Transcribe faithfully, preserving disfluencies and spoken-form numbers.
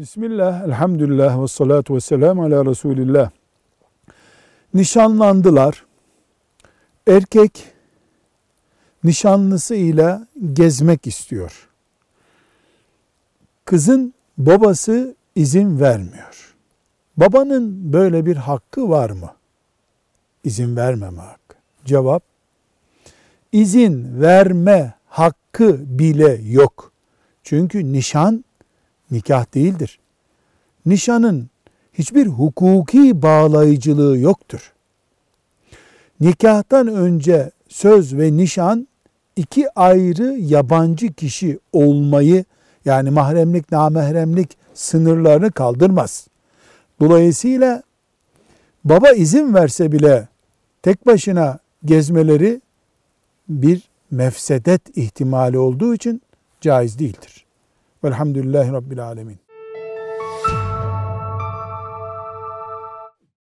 Bismillah, elhamdülillah ve salatu ve selamu ala Resulillah. Nişanlandılar. Erkek nişanlısıyla gezmek istiyor. Kızın babası izin vermiyor. Babanın böyle bir hakkı var mı? İzin vermeme hakkı. Cevap, izin verme hakkı bile yok. Çünkü nişan nikah değildir. Nişanın hiçbir hukuki bağlayıcılığı yoktur. Nikahtan önce söz ve nişan iki ayrı yabancı kişi olmayı, yani mahremlik, namahremlik sınırlarını kaldırmaz. Dolayısıyla baba izin verse bile tek başına gezmeleri bir mefsedet ihtimali olduğu için caiz değildir. Velhamdülillahi Rabbil Alemin.